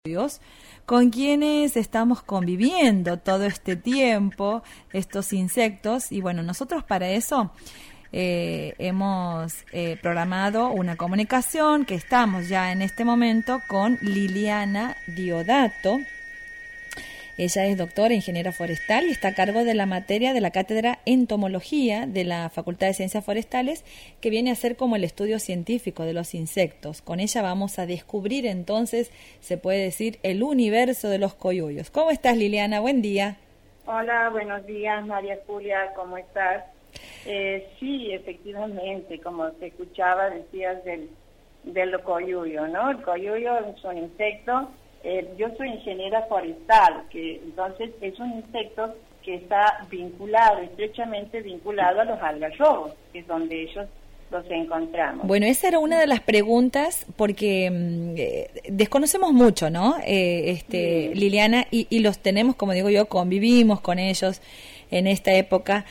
con quienes estamos conviviendo todo este tiempo, estos insectos, y bueno, nosotros para eso hemos programado una comunicación que estamos ya en este momento con Liliana Diodato. Ella es doctora, ingeniera forestal y está a cargo de la materia de la cátedra Entomología de la Facultad de Ciencias Forestales, que viene a ser como el estudio científico de los insectos. Con ella vamos a descubrir entonces, se puede decir, el universo de los coyuyos. ¿Cómo estás, Liliana? Buen día. Hola, buenos días, María Julia, ¿cómo estás? Sí, efectivamente, como te escuchaba, decías del coyuyo, ¿no? El coyuyo es un insecto. Yo soy ingeniera forestal, que entonces es un insecto que está estrechamente vinculado a los algarrobos, que es donde ellos los encontramos. Bueno, esa era una de las preguntas, porque desconocemos mucho, ¿no? Sí. Liliana, y los tenemos, como digo yo, convivimos con ellos en esta época.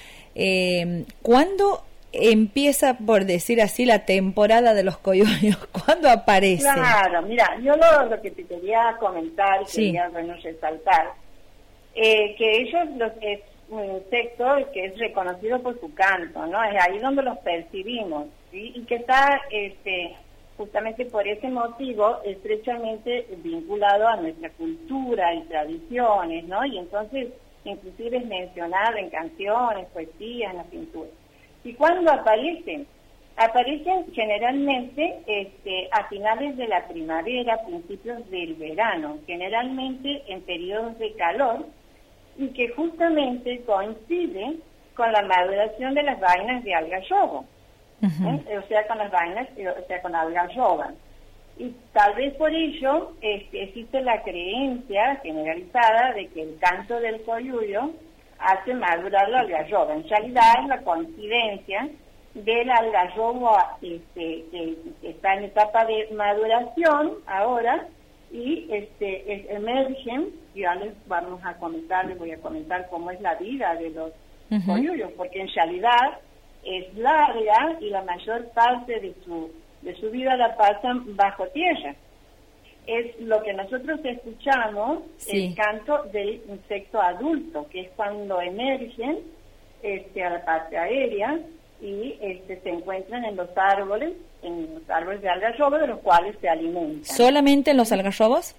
¿Cuándo empieza, por decir así, la temporada de los coyuyos? ¿Cuándo aparece? Claro, mira, yo lo que te quería comentar, sí, quería resaltar, que ellos es un insecto que es reconocido por su canto, ¿no? Es ahí donde los percibimos, ¿sí? Y que está justamente por ese motivo estrechamente vinculado a nuestra cultura y tradiciones, ¿no? Y entonces inclusive es mencionado en canciones, poesías, en la pintura. ¿Y cuándo aparecen? Aparecen generalmente a finales de la primavera, principios del verano, generalmente en periodos de calor, y que justamente coincide con la maduración de las vainas de algarrobo, o sea, con algarroba. Y tal vez por ello existe la creencia generalizada de que el canto del coyuyo hace madurar la algarroba. En realidad es la coincidencia del algarrobo que está en etapa de maduración ahora y emergen, y ya les voy a comentar cómo es la vida de los coyuyos, porque en realidad es larga y la mayor parte de su vida la pasan bajo tierra. Es lo que nosotros escuchamos, sí, el canto del insecto adulto, que es cuando emergen a la parte aérea y se encuentran en los árboles de algarrobo, de los cuales se alimentan. ¿Solamente en los algarrobos?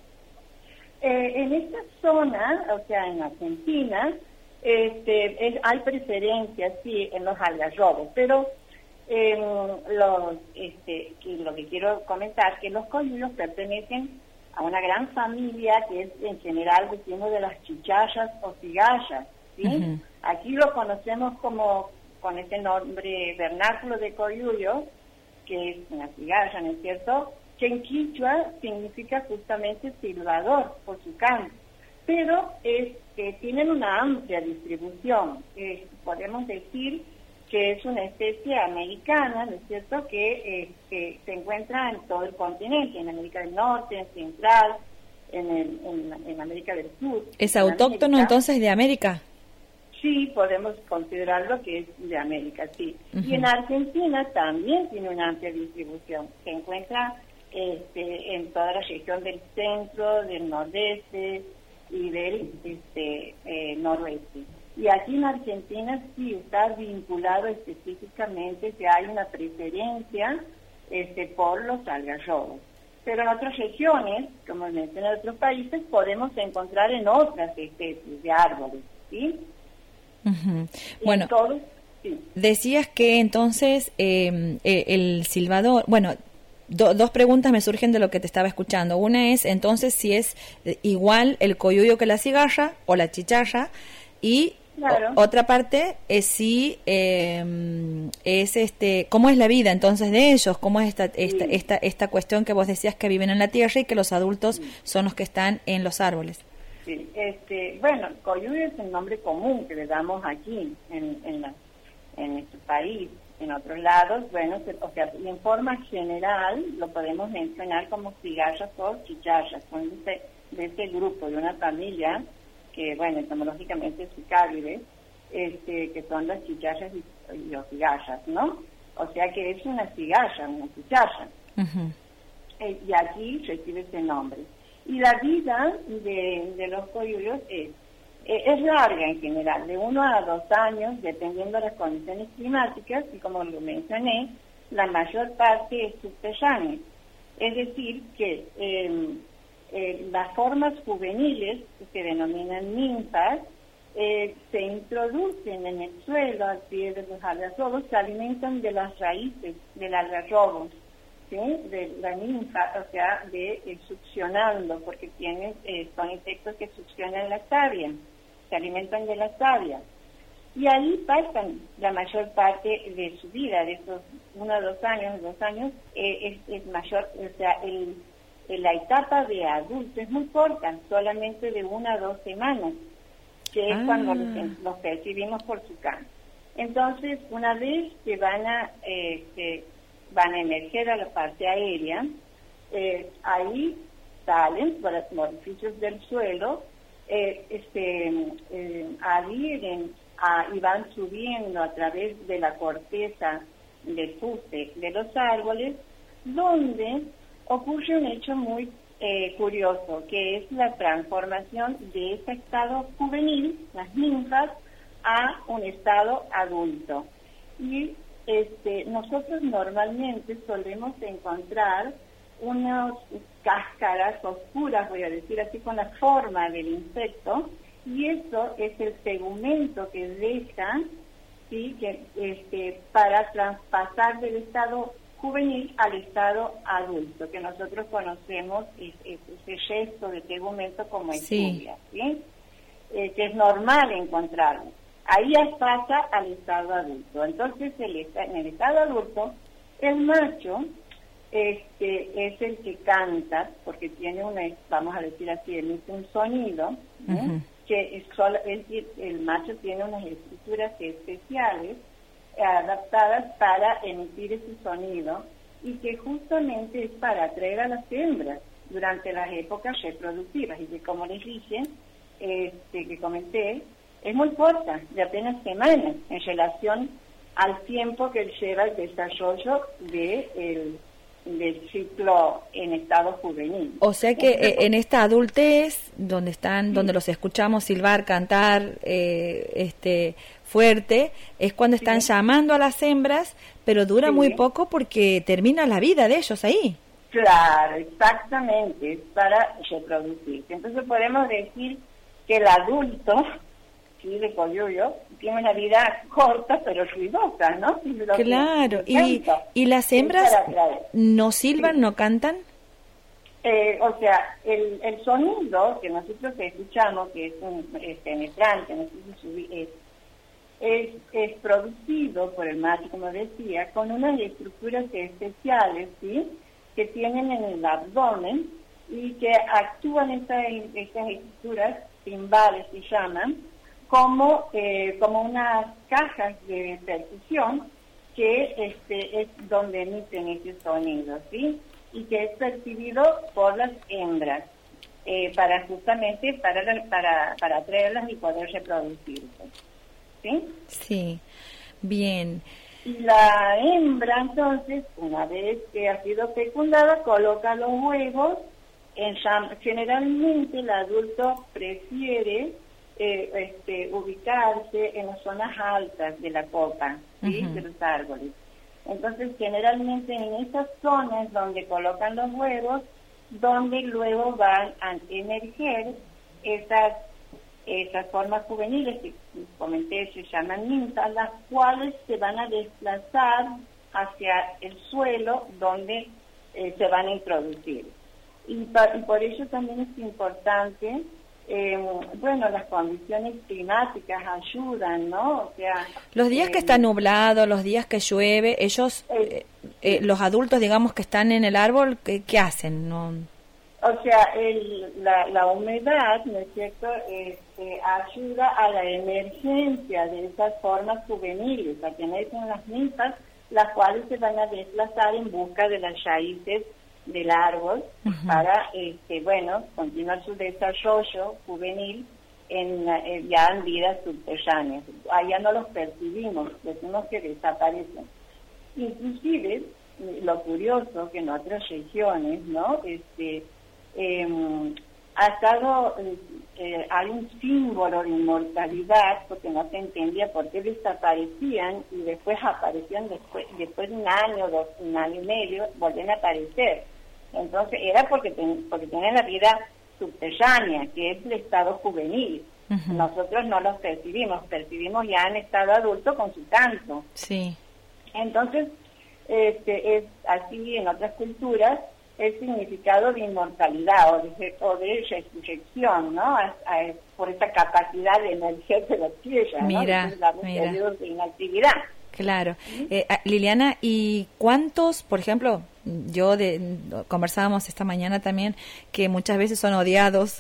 En esta zona, o sea, en Argentina, hay preferencia, sí, en los algarrobos, pero lo que quiero comentar que los coyuyos pertenecen a una gran familia que es en general decimos de las chicharras o cigallas, ¿sí? Aquí lo conocemos con ese nombre vernáculo de coyuyo, que es una cigalla, ¿no es cierto? Que en quichua significa justamente silbador por su canto, pero tienen una amplia distribución. Podemos decir que es una especie americana, ¿no es cierto?, que se encuentra en todo el continente, en América del Norte, en Central, en América del Sur. ¿Es autóctono entonces de América? Sí, podemos considerarlo que es de América, sí. Y en Argentina también tiene una amplia distribución. Se encuentra en toda la región del centro, del nordeste y del noroeste. Y aquí en Argentina sí está vinculado específicamente que hay una preferencia por los algarrobos. Pero en otras regiones, como mencioné en otros países, podemos encontrar en otras especies de árboles, ¿sí? Bueno, entonces, sí, decías que entonces el silbador, bueno, dos preguntas me surgen de lo que te estaba escuchando. Una es entonces si es igual el coyuyo que la cigarra o la chicharra, y claro, otra parte es si cómo es la vida entonces de ellos, cómo es esta cuestión que vos decías que viven en la tierra y que los adultos son los que están en los árboles. Sí, bueno, coyuyo es el nombre común que le damos aquí en nuestro país. En otros lados, bueno, y en forma general lo podemos mencionar como cigarras o chicharras, son de ese grupo, de una familia que, bueno, etimológicamente es cicálides, que son las chicharras y los cigarras, ¿no? O sea que es una cigarra, una chicharra. Y aquí recibe ese nombre. Y la vida de los coyuyos es larga en general, de 1 a 2 años, dependiendo de las condiciones climáticas, y como lo mencioné, la mayor parte es subterránea. Es decir, que las formas juveniles, que se denominan ninfas, se introducen en el suelo al pie de los algarrobos, se alimentan de las raíces del algarrobo, ¿sí? De la ninfa, o sea, succionando, porque son insectos que succionan la savia, se alimentan de la savia. Y ahí pasan la mayor parte de su vida, de esos 1 a 2 años, es mayor, o sea, la etapa de adulto es muy corta, solamente de 1 a 2 semanas, que es cuando los percibimos por su canto. Entonces, una vez que van a emerger a la parte aérea, ahí salen por los orificios del suelo, adhieren y van subiendo a través de la corteza del fuste de los árboles, donde ocurre un hecho muy curioso, que es la transformación de ese estado juvenil, las ninfas, a un estado adulto. Y nosotros normalmente solemos encontrar unas cáscaras oscuras, voy a decir así, con la forma del insecto, y eso es el tegumento que deja, ¿sí? Para traspasar del estado juvenil al estado adulto, que nosotros conocemos ese gesto de tegumento como estudia, ¿sí? Que es normal encontrarlo. Ahí ya pasa al estado adulto. Entonces, en el estado adulto, el macho es el que canta, porque tiene vamos a decir así, emite un sonido, que el macho tiene unas estructuras especiales adaptadas para emitir ese sonido, y que justamente es para atraer a las hembras durante las épocas reproductivas, y que, como les dije, que comenté, es muy corta, de apenas semanas, en relación al tiempo que lleva el desarrollo del ciclo en estado juvenil. O sea que en esta adultez, donde los escuchamos silbar, cantar, fuerte, es cuando están llamando a las hembras, pero dura muy poco porque termina la vida de ellos ahí. Claro, exactamente, es para reproducirse. Entonces podemos decir que el adulto, sí, de coyuyo, tiene una vida corta pero ruidosa, ¿no? Claro, y las hembras no silban, no cantan. O sea, el sonido que nosotros escuchamos, que es penetrante, es producido por el macho, como decía, con unas estructuras especiales, ¿sí? Que tienen en el abdomen, y que actúan estas estructuras, timbales se llaman, como unas cajas de percusión, que es donde emiten ese sonido, ¿sí? Y que es percibido por las hembras, justamente para atraerlas y poder reproducirse, ¿sí? Sí, bien. Y la hembra, entonces, una vez que ha sido fecundada, coloca los huevos. Generalmente el adulto prefiere ubicarse en las zonas altas de la copa, ¿sí? De los árboles. Entonces, generalmente en esas zonas donde colocan los huevos, donde luego van a emerger esas formas juveniles que comenté, se llaman ninfas, las cuales se van a desplazar hacia el suelo donde se van a introducir. Y por ello también es importante, las condiciones climáticas ayudan, ¿no? O sea, los días que está nublado, los días que llueve, ellos, los adultos, digamos, que están en el árbol, ¿qué hacen? ¿No? O sea, la humedad, ¿no es cierto?, ayuda a la emergencia de esas formas juveniles, a que emergen las ninfas, las cuales se van a desplazar en busca de las raíces del árbol para, continuar su desarrollo juvenil ya en vidas subterráneas. Allá no los percibimos, decimos que desaparecen. Inclusive, lo curioso que en otras regiones, ¿no?, ha estado, hay un símbolo de inmortalidad, porque no se entendía por qué desaparecían y después aparecían después de un año y medio, volvían a aparecer. Entonces era porque tienen la vida subterránea, que es el estado juvenil. Uh-huh. Nosotros no los percibimos ya en estado adulto con su canto. Sí. Entonces, es así en otras culturas, el significado de inmortalidad o de resurrección, ¿no? Por esa capacidad de emerger de la tierra, mira, ¿no? Periodos de inactividad. Claro. Liliana, ¿y cuántos, por ejemplo, conversábamos esta mañana también, que muchas veces son odiados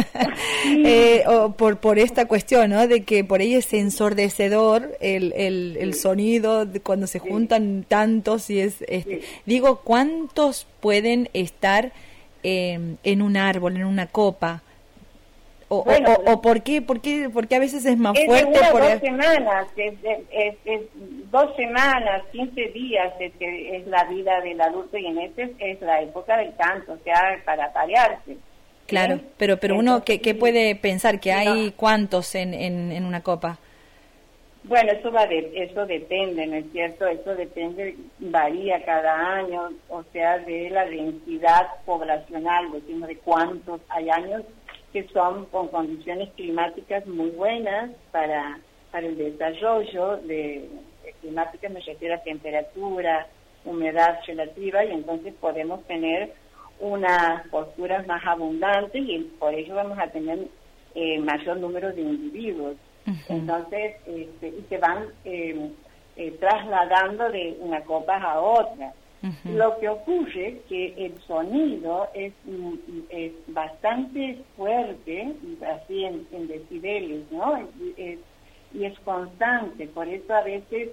sí. O por esta cuestión, ¿no? De que por ahí es ensordecedor el sonido cuando se juntan tantos y es... Sí. Digo, ¿cuántos pueden estar en un árbol, en una copa? O ¿por qué a veces es más fuerte? De 2 semanas, es 2 semanas, 15 días es la vida del adulto, y en ese es la época del canto, o sea, para parearse. Claro, ¿sí? pero uno, ¿qué puede pensar? ¿Que hay cuántos en una copa? Bueno, eso depende, ¿no es cierto? Eso depende, varía cada año, o sea, de la densidad poblacional, decimos de cuántos hay años que son con condiciones climáticas muy buenas para el desarrollo de climáticas, me refiero a temperatura, humedad relativa, y entonces podemos tener unas posturas más abundantes y por ello vamos a tener mayor número de individuos. Uh-huh. Entonces, y se van trasladando de una copa a otra. Uh-huh. Lo que ocurre es que el sonido es bastante fuerte, así en decibeles, ¿no? Y es constante, por eso a veces,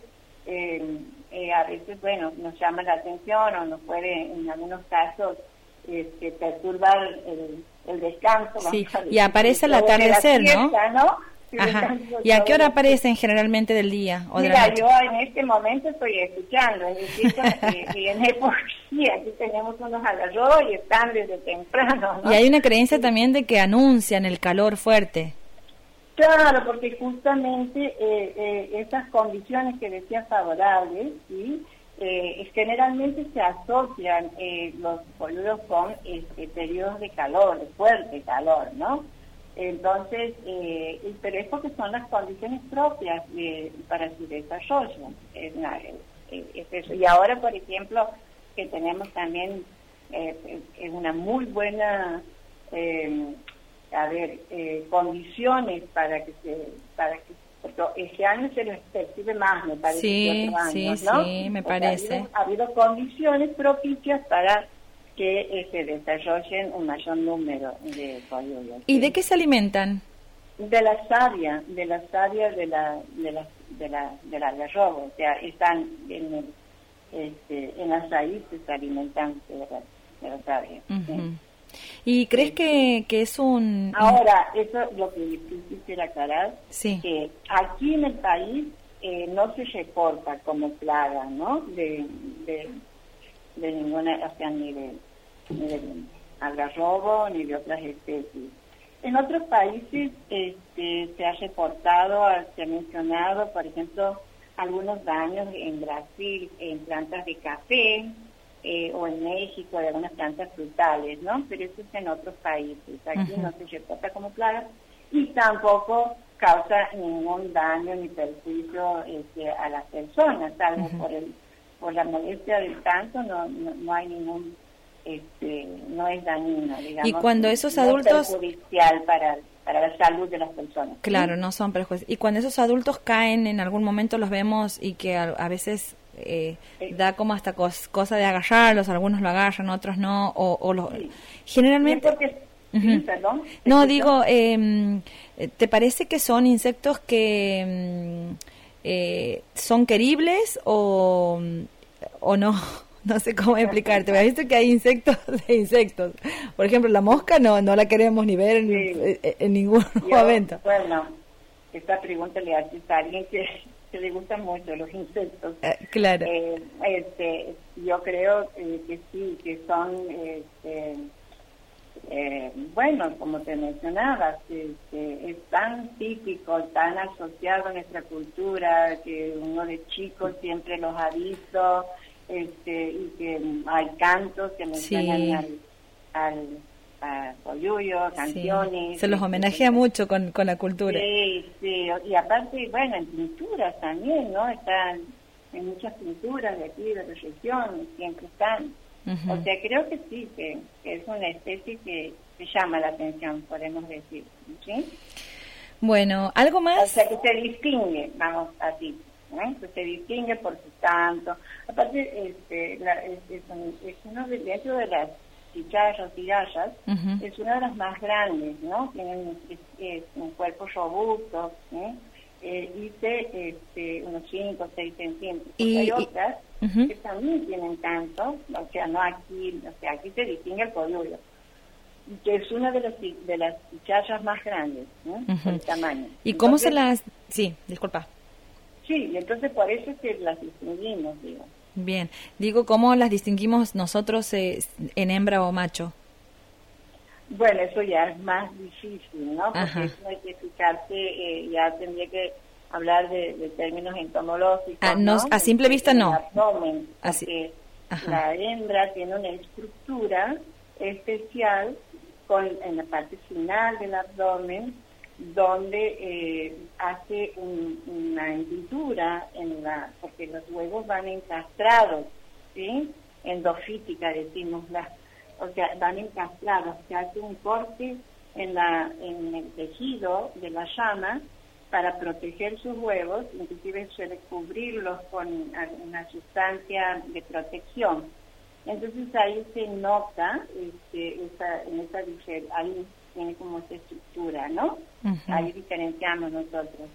bueno, nos llama la atención o nos puede, en algunos casos, perturbar el descanso. Sí, y aparece al atardecer, ¿no? Ajá. ¿Y a qué hora aparecen generalmente del día o de la noche? Yo en este momento estoy escuchando, es decir, que en época aquí tenemos unos agarros y están desde temprano, ¿no? Y hay una creencia también de que anuncian el calor fuerte. Claro, porque justamente esas condiciones que decía favorables, ¿sí? Generalmente se asocian los boludos con periodos de calor, de fuerte calor, ¿no? Entonces, pero es porque son las condiciones propias para su desarrollo. Es eso. Y ahora, por ejemplo, que tenemos también una muy buena, condiciones para que porque este año se les percibe más, me parece, que otros años, ¿no? Sí, me parece. Ha habido condiciones propicias para que se desarrollen un mayor número de polluelos. ¿Y de qué se alimentan? De la savia de la algarrobo, o sea, están en las raíces alimentantes de la savia. Uh-huh. ¿Sí? ¿Y crees que es un...? Ahora, eso es lo que quisiera aclarar, sí. Que aquí en el país no se reporta como plaga, ¿no? De ninguna, o sea, ni de algarrobo ni de otras especies. En otros países se ha reportado, se ha mencionado, por ejemplo, algunos daños en Brasil en plantas de café o en México de algunas plantas frutales, ¿no? Pero eso es en otros países. Aquí uh-huh. No se reporta como plaga y tampoco causa ningún daño ni perjuicio a las personas, salvo uh-huh. por la molestia del canto, no hay ningún, no es dañino, digamos. Y cuando esos no adultos... es perjudicial para la salud de las personas. Claro, no son perjudiciales. Y cuando esos adultos caen, en algún momento los vemos y que a veces sí. Da como hasta cosa de agarrarlos, algunos lo agarran, otros no, sí. Generalmente... Uh-huh. Sí, perdón. No, digo, ¿te parece que son insectos que son queribles o no? No sé cómo explicarte. Me has visto que hay insectos de insectos. Por ejemplo, la mosca no la queremos ni ver en ningún momento. Bueno, esta pregunta le haces a alguien que le gustan mucho los insectos. Claro. Yo creo que sí, que son bueno, como te mencionaba, es tan típico, tan asociado a nuestra cultura, que uno de chico siempre los ha visto, y que hay cantos que mencionan a Coyuyo, canciones. Sí. Se los homenajea mucho con la cultura. Sí, sí, y aparte, bueno, en pinturas también, ¿no? Están en muchas pinturas de aquí, de la región, siempre están. Uh-huh. O sea, creo que sí, que es una especie que llama la atención, podemos decir, ¿sí? Bueno, ¿algo más? O sea, que se distingue, vamos, así, que se distingue por su canto. Aparte, es uno dentro de las chicharras y gallas, uh-huh, es una de las más grandes, ¿no? Tienen un cuerpo robusto, unos 5 o 6 centímetros. Y hay otras uh-huh, que también tienen canto, o sea, no aquí, o sea, aquí se distingue el coyuyo, que es una de las chicharras más grandes, ¿no? Uh-huh. Por el tamaño. ¿Y cómo se las...? Sí, disculpa. Sí, entonces por eso es que las distinguimos, digo. Bien, digo, ¿cómo las distinguimos nosotros en hembra o macho? Bueno, eso ya es más difícil, ¿no? Porque ajá, eso hay que fijarse, ya tendría que hablar de términos entomológicos, ¿no? A simple vista no. Abdomen, porque la hembra tiene una estructura especial en la parte final del abdomen, donde hace una hendidura porque los huevos van encastrados, ¿sí? Endofítica decimos, o sea, van encastrados, se hace un corte en el tejido de la llama para proteger sus huevos, inclusive suele cubrirlos con una sustancia de protección. Entonces ahí se nota ahí tiene como esa estructura, ¿no? Uh-huh. Ahí diferenciamos nosotros.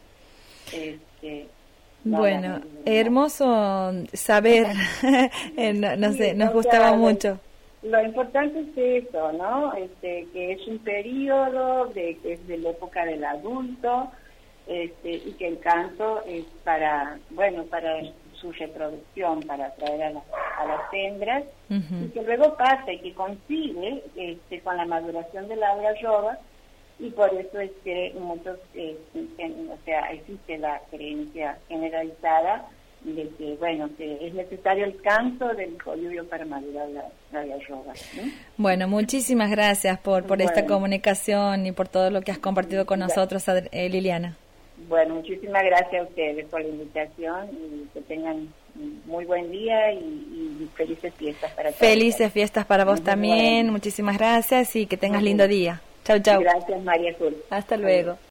Bueno, hermoso saber, no sé, nos gustaba mucho. Lo importante es eso, ¿no? Que es un periodo que es de la época del adulto, y que el canto es para su reproducción, para atraer a las hembras, uh-huh, y que luego pasa y que coincide con la maduración de la algarroba, y por eso es que muchos, existe la creencia generalizada de que, que es necesario el canto del coyuyo para madurar la algarroba, ¿sí? Bueno, muchísimas gracias por esta comunicación y por todo lo que has compartido con nosotros, Liliana. Bueno, muchísimas gracias a ustedes por la invitación y que tengan muy buen día y felices fiestas para todos. Felices fiestas para vos también, muchísimas gracias y que tengas lindo día. Chau, chau. Gracias, María Azul. Hasta luego.